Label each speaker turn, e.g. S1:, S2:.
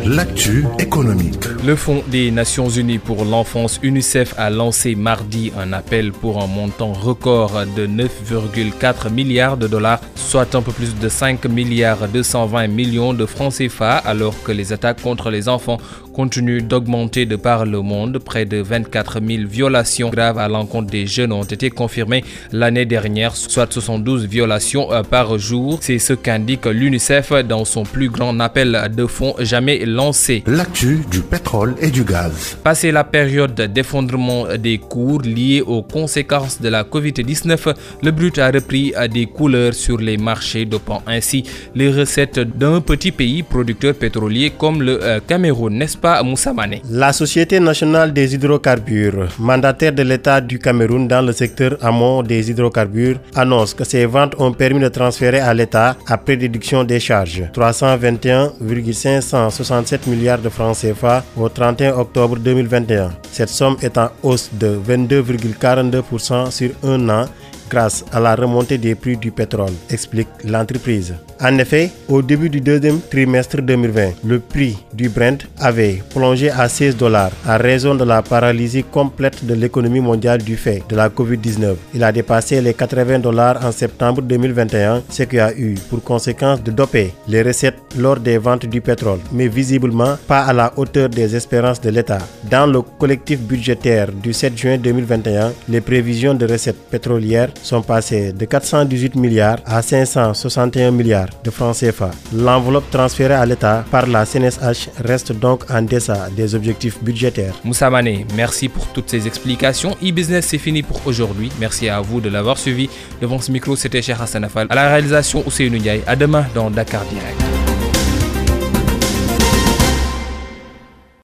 S1: L'actu économique.
S2: Le Fonds des Nations Unies pour l'enfance UNICEF a lancé mardi un appel pour un montant record de 9,4 milliards de dollars, soit un peu plus de 5 milliards 220 millions de francs CFA, alors que les attaques contre les enfants continuent d'augmenter de par le monde. Près de 24 000 violations graves à l'encontre des jeunes ont été confirmées l'année dernière, soit 72 violations par jour. C'est ce qu'indique l'UNICEF dans son plus grand appel de fonds jamais lancé.
S1: L'actu du pétrole et du gaz.
S2: Passé la période d'effondrement des cours liés aux conséquences de la Covid-19, le brut a repris des couleurs sur les marchés, dopant ainsi les recettes d'un petit pays producteur pétrolier comme le Cameroun, n'est-ce pas Moussa Mané?
S3: La Société nationale des hydrocarbures, mandataire de l'État du Cameroun dans le secteur amont des hydrocarbures, annonce que ces ventes ont permis de transférer à l'État, après déduction des charges, 321,567 milliards de francs CFA au 31 octobre 2021. Cette somme est en hausse de 22,42% sur un an grâce à la remontée des prix du pétrole, explique l'entreprise. En effet, au début du deuxième trimestre 2020, le prix du Brent avait plongé à $16 à raison de la paralysie complète de l'économie mondiale du fait de la Covid-19. Il a dépassé les $80 en septembre 2021, ce qui a eu pour conséquence de doper les recettes lors des ventes du pétrole, mais visiblement pas à la hauteur des espérances de l'État. Dans le collectif budgétaire du 7 juin 2021, les prévisions de recettes pétrolières sont passées de 418 milliards à 561 milliards de francs CFA. L'enveloppe transférée à l'État par la CNSH reste donc en deçà des objectifs budgétaires.
S2: Moussa Mané, merci pour toutes ces explications. E-Business, c'est fini pour aujourd'hui. Merci à vous de l'avoir suivi. Devant ce micro, c'était Cheikh Hassan Afal. À la réalisation, Ousseynou Ndiaye. À demain dans Dakar Direct.